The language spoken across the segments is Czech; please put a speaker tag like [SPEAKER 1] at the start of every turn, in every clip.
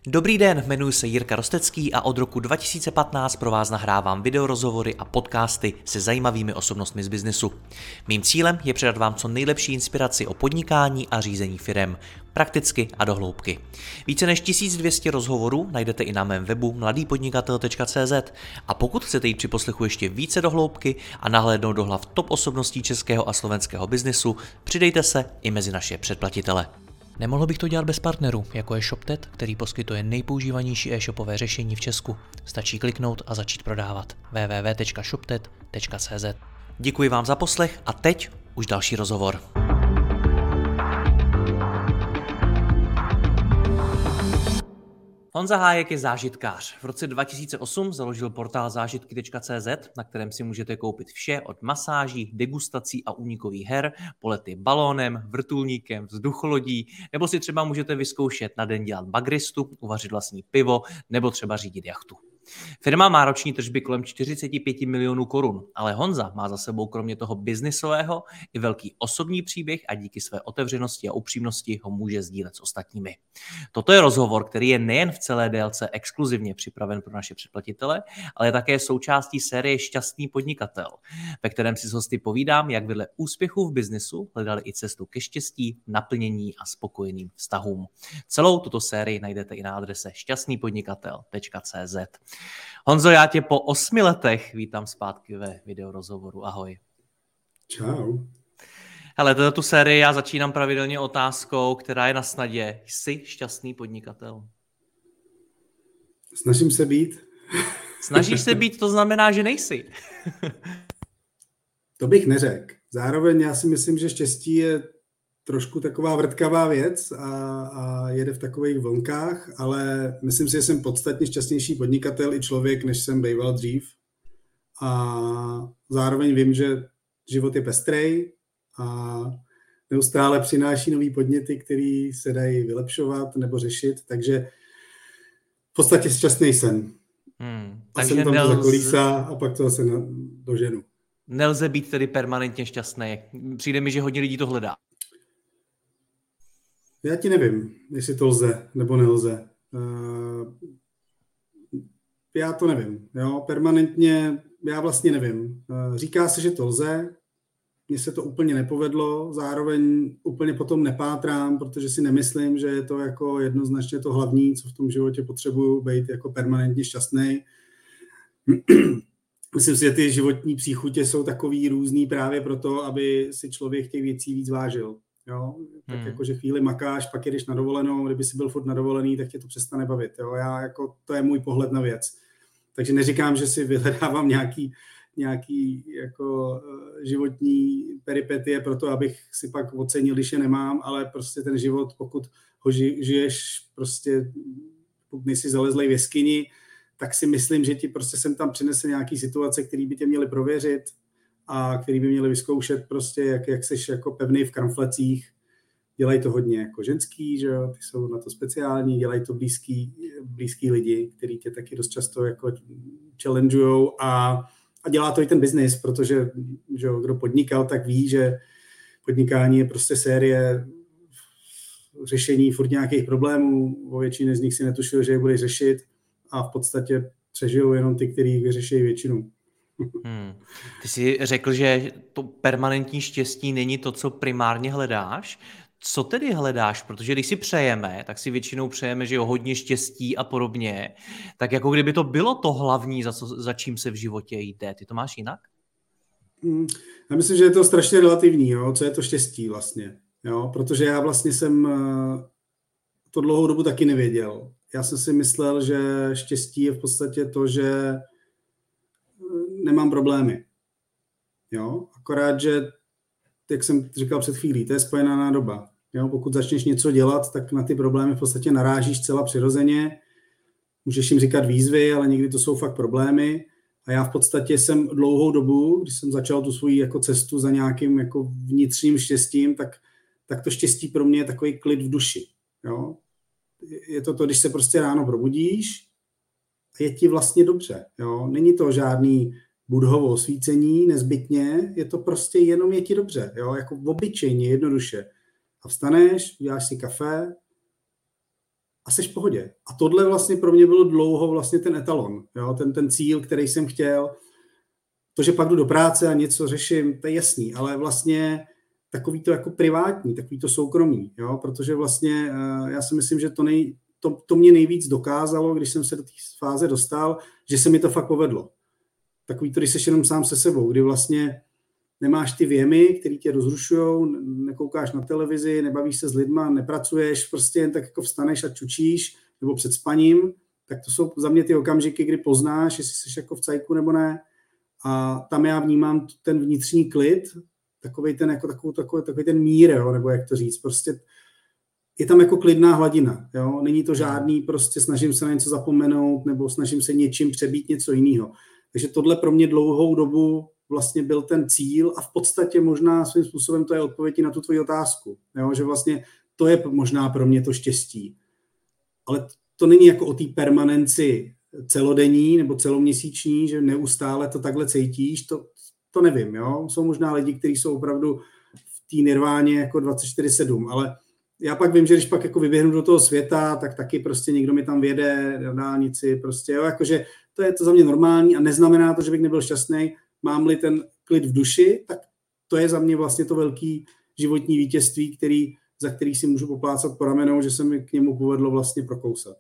[SPEAKER 1] Dobrý den, jmenuji se Jirka Rostecký a od roku 2015 pro vás nahrávám videorozhovory a podcasty se zajímavými osobnostmi z biznesu. Mým cílem je předat vám co nejlepší inspiraci o podnikání a řízení firem, prakticky a do hloubky. Více než 1200 rozhovorů najdete i na mém webu mladýpodnikatel.cz a pokud chcete jít při poslechu ještě více do hloubky a nahlédnout do hlav top osobností českého a slovenského biznesu, přidejte se i mezi naše předplatitele. Nemohl bych to dělat bez partnerů, jako je ShopTet, který poskytuje nejpoužívanější e-shopové řešení v Česku. Stačí kliknout a začít prodávat. www.shoptet.cz. Děkuji vám za poslech a teď už další rozhovor. Honza Hájek je zážitkář. V roce 2008 založil portál zážitky.cz, na kterém si můžete koupit vše od masáží, degustací a únikových her, polety balónem, vrtulníkem, vzducholodí, nebo si třeba můžete vyzkoušet na den dělat bagristu, uvařit vlastní pivo nebo třeba řídit jachtu. Firma má roční tržby kolem 45 milionů korun, ale Honza má za sebou kromě toho biznisového i velký osobní příběh a díky své otevřenosti a upřímnosti ho může sdílet s ostatními. Toto je rozhovor, který je nejen v celé délce exkluzivně připraven pro naše předplatitele, ale také součástí série Šťastný podnikatel, ve kterém si s hosty povídám, jak vedle úspěchů v biznisu hledali i cestu ke štěstí, naplnění a spokojeným vztahům. Celou tuto sérii najdete i na adrese šťastnýpodnikatel.cz. Honzo, já tě po 8 letech vítám zpátky ve videorozhovoru. Ahoj.
[SPEAKER 2] Čau.
[SPEAKER 1] Hele, tu sérii já začínám pravidelně otázkou, která je na snadě. Jsi šťastný podnikatel?
[SPEAKER 2] Snažím se být.
[SPEAKER 1] Snažíš se být, to znamená, že nejsi.
[SPEAKER 2] To bych neřekl. Zároveň já si myslím, že štěstí je trošku taková vrtkavá věc a jede v takových vlnkách, ale myslím si, že jsem podstatně šťastnější podnikatel i člověk, než jsem býval dřív. A zároveň vím, že život je pestrej a neustále přináší nový podněty, který se dají vylepšovat nebo řešit, takže v podstatě šťastný jsem. A jsem tam to zakolísá a pak to zase doženu.
[SPEAKER 1] Nelze být tedy permanentně šťastný. Přijde mi, že hodně lidí to hledá.
[SPEAKER 2] Já ti nevím, jestli to lze nebo nelze. Já to nevím. Jo? Permanentně já vlastně nevím. Říká se, že to lze. Mně se to úplně nepovedlo. Zároveň úplně potom nepátrám, protože si nemyslím, že je to jako jednoznačně to hlavní, co v tom životě potřebuju, být jako permanentně šťastný. Myslím si, že ty životní příchutě jsou takový různý právě proto, aby si člověk těch věcí víc vážil. Jo? Tak jako, že chvíli makáš, pak jedeš na dovolenou, kdyby si byl furt na dovolený, tak tě to přestane bavit. Jo? To je můj pohled na věc. Takže neříkám, že si vyhledávám nějaký jako životní peripetie pro to, abych si pak ocenil, když je nemám, ale prostě ten život, pokud ho žiješ, prostě pokud nejsi zalezlej v jeskyni, tak si myslím, že ti prostě sem tam přinese nějaký situace, které by tě měly prověřit a který by měli vyzkoušet prostě, jak seš jako pevnej v kramflecích. Dělají to hodně jako ženský, že jo, ty jsou na to speciální, dělají to blízký lidi, kteří tě taky dost často jako challengeujou a dělá to i ten biznis, protože že jo, kdo podnikal, tak ví, že podnikání je prostě série řešení furt nějakých problémů, o většině z nich si netušil, že je budeš řešit a v podstatě přežijou jenom ty, kteří vyřeší většinu.
[SPEAKER 1] Ty jsi řekl, že to permanentní štěstí není to, co primárně hledáš. Co tedy hledáš? Protože když si přejeme, tak si většinou přejeme, že jo, hodně štěstí a podobně. Tak jako kdyby to bylo to hlavní, za čím se v životě jde. Ty to máš jinak?
[SPEAKER 2] Já myslím, že je to strašně relativní, jo? Co je to štěstí vlastně. Jo? Protože já vlastně jsem to dlouhou dobu taky nevěděl. Já jsem si myslel, že štěstí je v podstatě to, že nemám problémy. Jo? Akorát, že, jak jsem říkal před chvílí, to je spojená nádoba. Jo? Pokud začneš něco dělat, tak na ty problémy v podstatě narážíš celá přirozeně. Můžeš jim říkat výzvy, ale někdy to jsou fakt problémy. A já v podstatě jsem dlouhou dobu, když jsem začal tu svoji jako cestu za nějakým jako vnitřním štěstím, tak to štěstí pro mě je takový klid v duši. Jo? Je to, když se prostě ráno probudíš a je ti vlastně dobře. Jo? Není to žádný Budhovo osvícení nezbytně, je to prostě jenom je ti dobře, jo? Jako obyčejně, jednoduše. A vstaneš, uděláš si kafe a seš v pohodě. A tohle vlastně pro mě bylo dlouho vlastně ten etalon, jo? Ten cíl, který jsem chtěl. To, že pak jdu do práce a něco řeším, to je jasný, ale vlastně takový to jako privátní, takový to soukromí, jo? Protože vlastně já si myslím, že to mě nejvíc dokázalo, když jsem se do té fáze dostal, že se mi to fakt povedlo. Takový to, když seš jenom sám se sebou, kdy vlastně nemáš ty věmy, které tě rozrušujou, nekoukáš na televizi, nebavíš se s lidma, nepracuješ, prostě jen tak jako vstaneš a čučíš, nebo před spaním, tak to jsou za mě ty okamžiky, kdy poznáš, jestli jsi jako v cajku nebo ne. A tam já vnímám ten vnitřní klid, takový ten mír, jo, nebo jak to říct, prostě je tam jako klidná hladina, jo? Není to žádný, prostě snažím se na něco zapomenout, nebo snažím se něčím přebít něco jiného. Takže tohle pro mě dlouhou dobu vlastně byl ten cíl a v podstatě možná svým způsobem to je odpověď na tu tvoji otázku, jo? Že vlastně to je možná pro mě to štěstí. Ale to není jako o té permanenci celodenní nebo celoměsíční, že neustále to takhle cítíš, to nevím, jo? Jsou možná lidi, kteří jsou opravdu v té nirváně jako 24/7, ale já pak vím, že když pak jako vyběhnu do toho světa, tak taky prostě někdo mi tam vjede na dálnici, prostě, jo, jakože to je to za mě normální a neznamená to, že bych nebyl šťastný. Mám-li ten klid v duši, tak to je za mě vlastně to velký životní vítězství, za který si můžu poplácat po ramenou, že se mi k němu povedlo vlastně prokousat.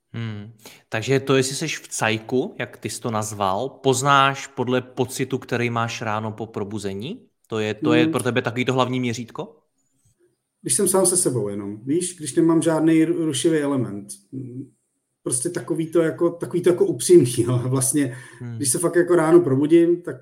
[SPEAKER 1] Takže to, jestli jsi v cajku, jak ty jsi to nazval, poznáš podle pocitu, který máš ráno po probuzení? To je pro tebe takový to hlavní měřítko?
[SPEAKER 2] Když jsem sám se sebou jenom, víš, když nemám žádný rušivý element. Prostě takový to jako upřímný, jo. Vlastně, když se fakt jako ráno probudím, tak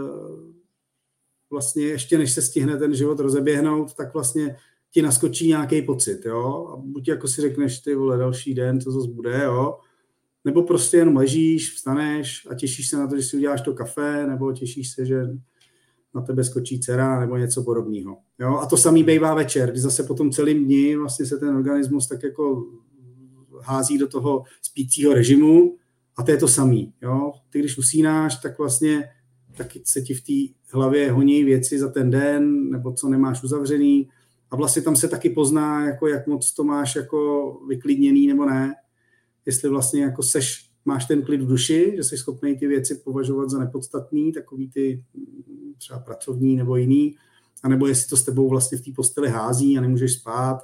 [SPEAKER 2] vlastně ještě než se stihne ten život rozeběhnout, tak vlastně ti naskočí nějaký pocit, jo. A buď jako si řekneš, ty vole, další den, co zase bude, jo. Nebo prostě jenom ležíš, vstaneš a těšíš se na to, že si uděláš to kafe, nebo těšíš se, že na tebe skočí dcera nebo něco podobného. Jo? A to samý bývá večer, kdy zase po tom celým dni vlastně se ten organismus tak jako hází do toho spícího režimu a to je to samý. Jo? Ty když usínáš, tak vlastně taky se ti v té hlavě honí věci za ten den, nebo co nemáš uzavřený a vlastně tam se taky pozná, jako jak moc to máš jako vyklidněný nebo ne. Jestli vlastně jako máš ten klid v duši, že jsi schopný ty věci považovat za nepodstatný, takový ty třeba pracovní nebo jiný, anebo jestli to s tebou vlastně v té posteli hází a nemůžeš spát.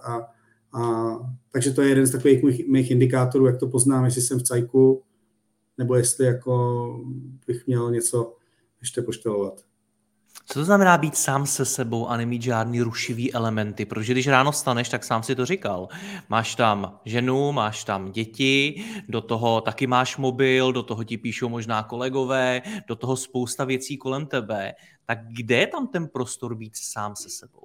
[SPEAKER 2] Takže to je jeden z takových mých indikátorů, jak to poznám, jestli jsem v cajku, nebo jestli jako bych měl něco ještě poštelovat.
[SPEAKER 1] Co to znamená být sám se sebou a nemít žádný rušivý elementy? Protože když ráno vstaneš, tak sám si to říkal. Máš tam ženu, máš tam děti, do toho taky máš mobil, do toho ti píšou možná kolegové, do toho spousta věcí kolem tebe. Tak kde je tam ten prostor být sám se sebou?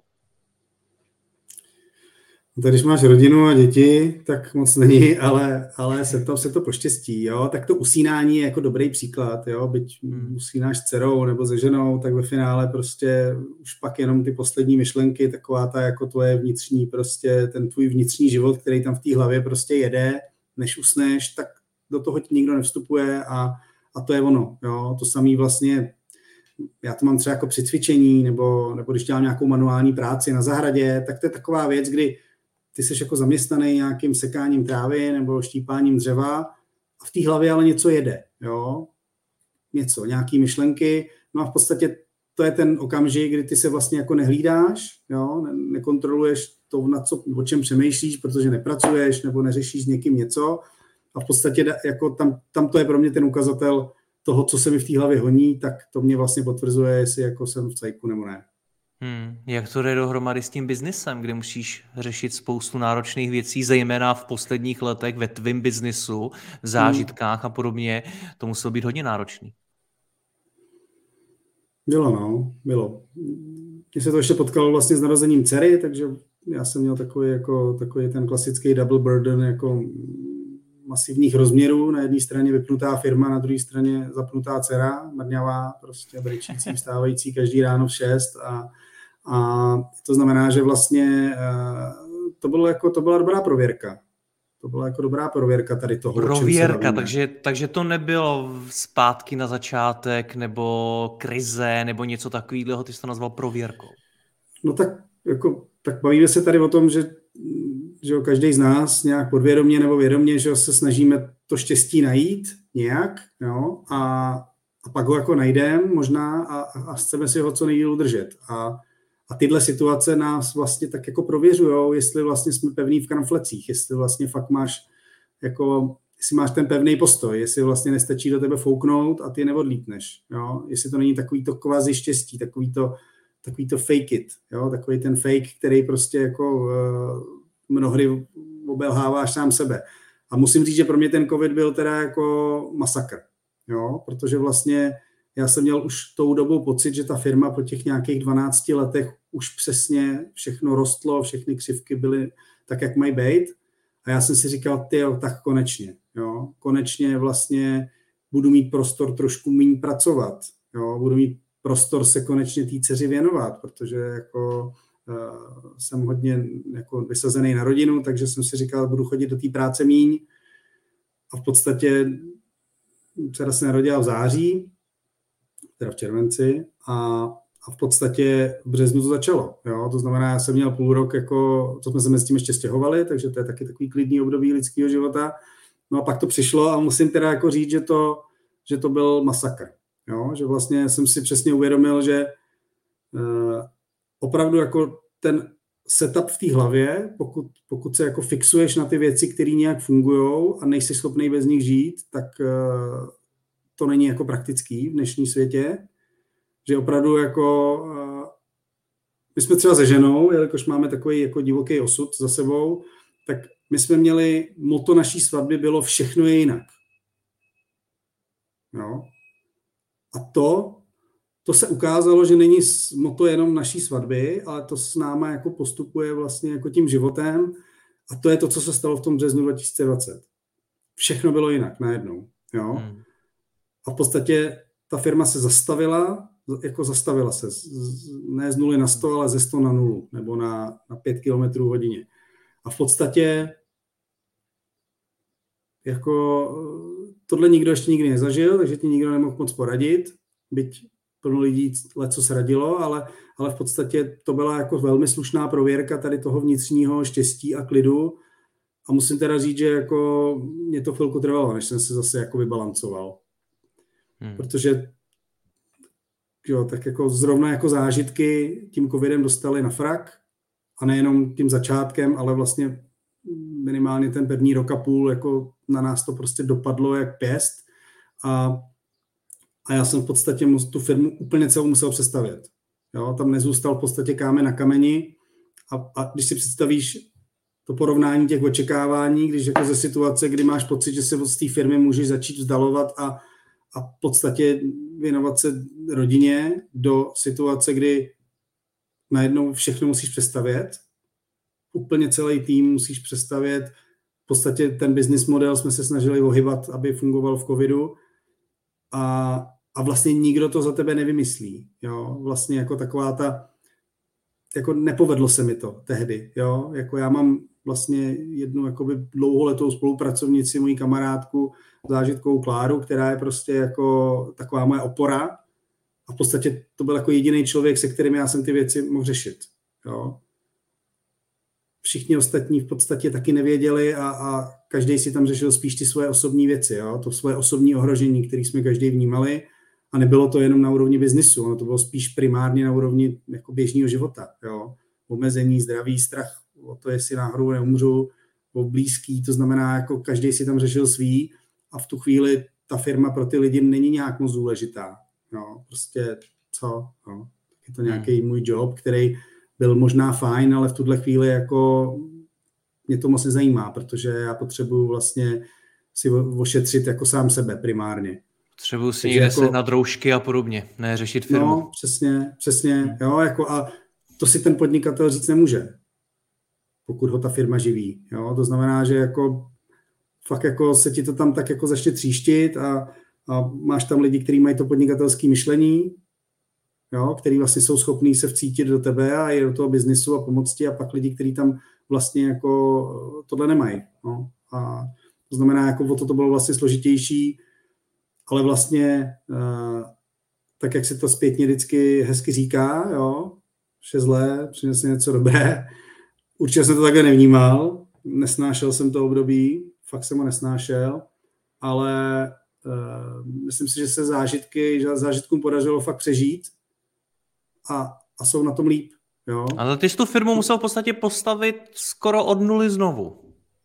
[SPEAKER 2] Tak když máš rodinu a děti, tak moc není, ale se to poštěstí, jo. Tak to usínání je jako dobrý příklad, jo. Byť usínáš s dcerou nebo se ženou, tak ve finále prostě už pak jenom ty poslední myšlenky, taková ta jako tvoje vnitřní, prostě ten tvůj vnitřní život, který tam v té hlavě prostě jede, než usneš, tak do toho ti nikdo nevstupuje a to je ono, jo. To samý vlastně, já to mám třeba jako při cvičení, nebo když dělám nějakou manuální práci na zahradě, tak to je taková věc, kdy ty jsi jako zaměstnaný nějakým sekáním trávy nebo štípáním dřeva a v té hlavě ale něco jede, jo? Nějaký myšlenky, no a v podstatě to je ten okamžik, kdy ty se vlastně jako nehlídáš, jo? Nekontroluješ to, o čem přemýšlíš, protože nepracuješ nebo neřešíš s někým něco a v podstatě jako tam to je pro mě ten ukazatel toho, co se mi v té hlavě honí, tak to mě vlastně potvrzuje, jestli jako jsem v cajku nebo ne.
[SPEAKER 1] Jak to jde dohromady s tím biznisem, kde musíš řešit spoustu náročných věcí, zejména v posledních letech ve tvém biznisu, v zážitkách a podobně, to muselo být hodně náročný.
[SPEAKER 2] Bylo. Mně se to ještě potkalo vlastně s narozením dcery, takže já jsem měl takový ten klasický double burden jako masivních rozměrů. Na jedné straně vypnutá firma, na druhé straně zapnutá dcera, mrňavá, prostě brečící, vstávající každý ráno v 6 a to znamená, že vlastně to byla dobrá prověrka. To byla jako dobrá prověrka tady toho.
[SPEAKER 1] Prověrka, takže to nebylo zpátky na začátek, nebo krize, nebo něco takového, ty jsi to nazval prověrkou.
[SPEAKER 2] No tak bavíme se tady o tom, že že jo, každý z nás nějak podvědomě nebo vědomě, že jo, se snažíme to štěstí najít nějak, jo, a pak ho jako najdeme možná a chceme si ho co nejdýl udržet. A tyhle situace nás vlastně tak jako prověřujou, jestli vlastně jsme pevný v kramflecích, jestli vlastně fakt máš jako, jestli máš ten pevný postoj, jestli vlastně nestačí do tebe fouknout a ty neodlítneš, jo, jestli to není takový to kvazi štěstí, takový to fake it, jo, takový ten fake, který prostě jako mnohdy obelháváš sám sebe. A musím říct, že pro mě ten covid byl teda jako masakr, jo, protože vlastně já jsem měl už tou dobou pocit, že ta firma po těch nějakých 12 letech už přesně všechno rostlo, všechny křivky byly tak, jak mají být. A já jsem si říkal, tyjo, tak konečně, jo, konečně vlastně budu mít prostor trošku méně pracovat, jo, budu mít prostor se konečně té dceři věnovat, protože jako jsem hodně jako vysazený na rodinu, takže jsem si říkal, budu chodit do té práce míň a v podstatě dcera se narodila v září, teda v červenci a v podstatě v březnu to začalo. Jo? To znamená, já jsem měl půl rok, jako, to jsme se mezi tím ještě stěhovali, takže to je taky takový klidný období lidského života. No a pak to přišlo a musím teda jako říct, že to byl masakr. Jo? Že vlastně jsem si přesně uvědomil, že opravdu jako ten setup v té hlavě, pokud se jako fixuješ na ty věci, které nějak fungujou a nejsi schopný bez nich žít, tak to není jako praktický v dnešním světě. Že opravdu jako my jsme třeba se ženou, jelikož máme takový jako divoký osud za sebou, tak my jsme měli, motto naší svatby bylo všechno je jinak. Jo? A to se ukázalo, že není motto jenom naší svatby, ale to s náma jako postupuje vlastně jako tím životem a to je to, co se stalo v tom březnu 2020. Všechno bylo jinak najednou. Jo? A v podstatě ta firma se zastavila se, ne z 0 na 100, ale ze 100 na 0, nebo na 5 km hodině. A v podstatě jako tohle nikdo ještě nikdy nezažil, takže ti nikdo nemohl moc poradit, byť plno lidí leco se radilo, ale v podstatě to byla jako velmi slušná prověrka tady toho vnitřního štěstí a klidu a musím teda říct, že jako mě to chvilku trvalo, než jsem se zase jako vybalancoval. Protože jo, tak jako zrovna jako zážitky tím covidem dostali na frak a nejenom tím začátkem, ale vlastně minimálně ten první rok a půl jako na nás to prostě dopadlo jak pěst a já jsem v podstatě tu firmu úplně celou musel přestavět. Jo, tam nezůstal v podstatě kámen na kameni a když si představíš to porovnání těch očekávání, když jako ze situace, kdy máš pocit, že se od té firmy můžeš začít vzdalovat a v podstatě věnovat se rodině do situace, kdy najednou všechno musíš přestavět. Úplně celý tým musíš přestavět. V podstatě ten business model jsme se snažili ohybat, aby fungoval v covidu. A vlastně nikdo to za tebe nevymyslí. Jo? Vlastně jako taková ta... Jako nepovedlo se mi to tehdy. Jo? Jako já mám vlastně jednu jakoby dlouholetou spolupracovnici, moji kamarádku, zážitkovou Kláru, která je prostě jako taková moje opora a v podstatě to byl jako jediný člověk, se kterým já jsem ty věci mohl řešit. Jo. Všichni ostatní v podstatě taky nevěděli a každý si tam řešil spíš ty svoje osobní věci, jo. To svoje osobní ohrožení, které jsme každý vnímali a nebylo to jenom na úrovni biznisu, ono to bylo spíš primárně na úrovni jako běžného života. Jo. Omezení, zdraví, strach o to, jestli náhodou neumřu, o blízký, to znamená, jako každý si tam řešil svý a v tu chvíli ta firma pro ty lidi není nějak moc důležitá. No, prostě co? No, je to nějaký můj job, který byl možná fajn, ale v tuhle chvíli jako mě to moc nezajímá, protože já potřebuji vlastně si ošetřit jako sám sebe primárně.
[SPEAKER 1] Potřebuji si někde jako, sehnat roušky a podobně, ne řešit firmu.
[SPEAKER 2] No, přesně. Jo, jako a to si ten podnikatel říct nemůže, pokud ho ta firma živí. Jo, to znamená, že jako fakt jako se ti to tam tak jako začne tříštit a máš tam lidi, kteří mají to podnikatelské myšlení, jo, který vlastně jsou schopní se vcítit do tebe a je do toho biznisu a pomoct ti a pak lidi, kteří tam vlastně jako tohle nemají. No. A to znamená, jako o to bylo vlastně složitější, ale vlastně tak, jak se to zpětně vždycky hezky říká, jo, vše zlé, přinese něco dobré. Určitě jsem to takhle nevnímal, nesnášel jsem to období, fakt jsem ho nesnášel, ale myslím si, že se zážitkům podařilo fakt přežít a jsou na tom líp. Jo?
[SPEAKER 1] Ale ty jsi tu firmu musel v podstatě postavit skoro od nuly znovu.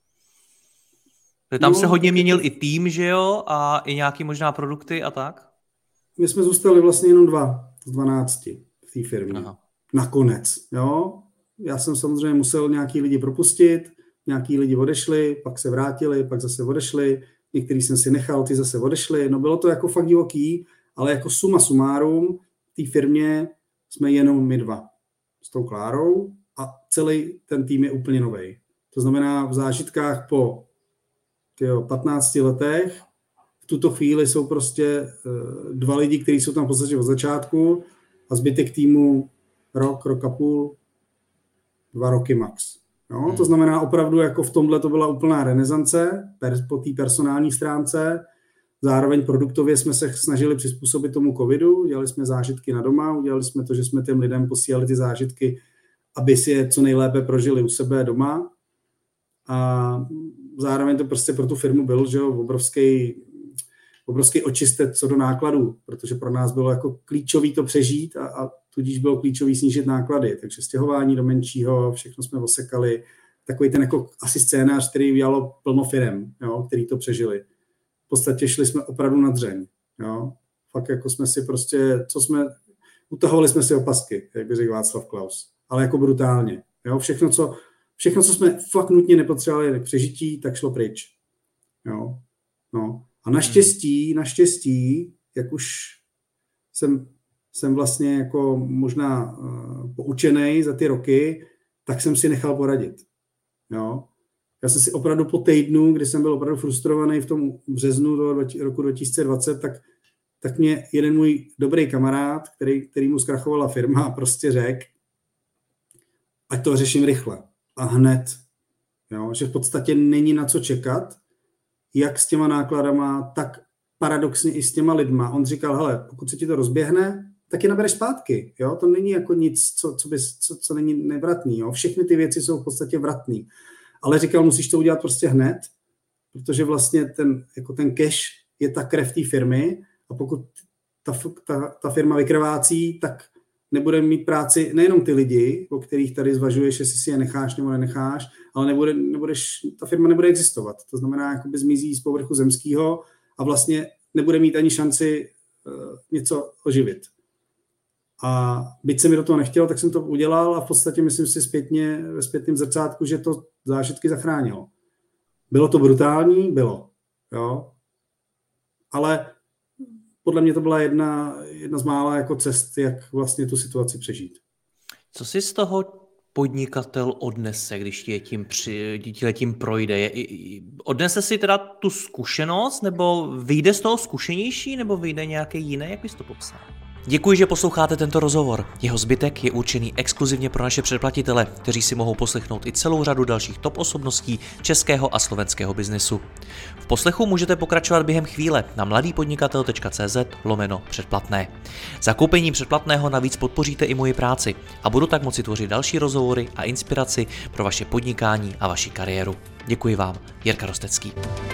[SPEAKER 1] Tam se hodně měnil i tým, že jo? A i nějaký možná produkty a tak?
[SPEAKER 2] My jsme zůstali vlastně jenom 2 z 12 v té firmě. Aha. Nakonec. Jo? Já jsem samozřejmě musel nějaký lidi propustit, nějaký lidi odešli, pak se vrátili, pak zase odešli, některý jsem si nechal, ty zase odešli. No bylo to jako fakt divoký, ale jako suma sumárum v té firmě jsme jenom my 2 s tou Klárou a celý ten tým je úplně novej. To znamená v zážitkách po 15 letech v tuto chvíli jsou prostě 2 lidi, kteří jsou tam v podstatě od začátku a zbytek týmu rok a půl, 2 roky max. Jo? To znamená opravdu jako v tomhle to byla úplná renesance po té personální stránce. Zároveň produktově jsme se snažili přizpůsobit tomu covidu, dělali jsme zážitky na doma, udělali jsme to, že jsme těm lidem posílali ty zážitky, aby si je co nejlépe prožili u sebe doma. A zároveň to prostě pro tu firmu byl, že obrovský očistec co do nákladů, protože pro nás bylo jako klíčový to přežít a tudíž bylo klíčový snížit náklady. Takže stěhování do menšího, všechno jsme osekali. Takový ten jako asi scénář, který udělalo plno firem, jo, který to přežili. V podstatě šli jsme opravdu na dřeň. Jo. Fakt jako jsme si prostě, utahovali jsme si opasky, jak by řekl Václav Klaus. Ale jako brutálně. Jo. Všechno, co jsme fakt nutně nepotřebovali k přežití, tak šlo pryč. Jo. No. A naštěstí, jak už jsem vlastně jako možná poučenej za ty roky, tak jsem si nechal poradit. Jo. Já jsem si opravdu po týdnu, kdy jsem byl opravdu frustrovaný v tom březnu roku 2020, tak mě jeden můj dobrý kamarád, který mu zkrachovala firma, prostě řekl, ať to řeším rychle a hned. Jo. Že v podstatě není na co čekat, jak s těma nákladama, tak paradoxně i s těma lidma. On říkal, hele, pokud se ti to rozběhne, tak je nabereš zpátky. Jo? To není jako nic, co není nevratný. Jo? Všechny ty věci jsou v podstatě vratný. Ale říkal, musíš to udělat prostě hned, protože vlastně ten cash je ta krev té firmy a pokud ta firma vykrvácí, tak nebude mít práci nejenom ty lidi, o kterých tady zvažuješ, jestli si je necháš nebo nenecháš, ale ta firma nebude existovat. To znamená, jakoby zmizí z povrchu zemského a vlastně nebude mít ani šanci něco oživit. A byť se mi do toho nechtělo, tak jsem to udělal a v podstatě myslím si ve zpětném zrcátku, že to zážitky zachránilo. Bylo to brutální? Bylo. Jo? Ale podle mě to byla jedna z mála jako cest, jak vlastně tu situaci přežít.
[SPEAKER 1] Co si z toho podnikatel odnese, když tím projde? Odnese si teda tu zkušenost, nebo vyjde z toho zkušenější, nebo vyjde nějaký jiný, jak bys to popsal? Děkuji, že posloucháte tento rozhovor. Jeho zbytek je určený exkluzivně pro naše předplatitele, kteří si mohou poslechnout i celou řadu dalších top osobností českého a slovenského biznesu. V poslechu můžete pokračovat během chvíle na mladýpodnikatel.cz/předplatné. Zakoupením předplatného navíc podpoříte i moji práci a budu tak moci tvořit další rozhovory a inspiraci pro vaše podnikání a vaši kariéru. Děkuji vám, Jirka Rostecký.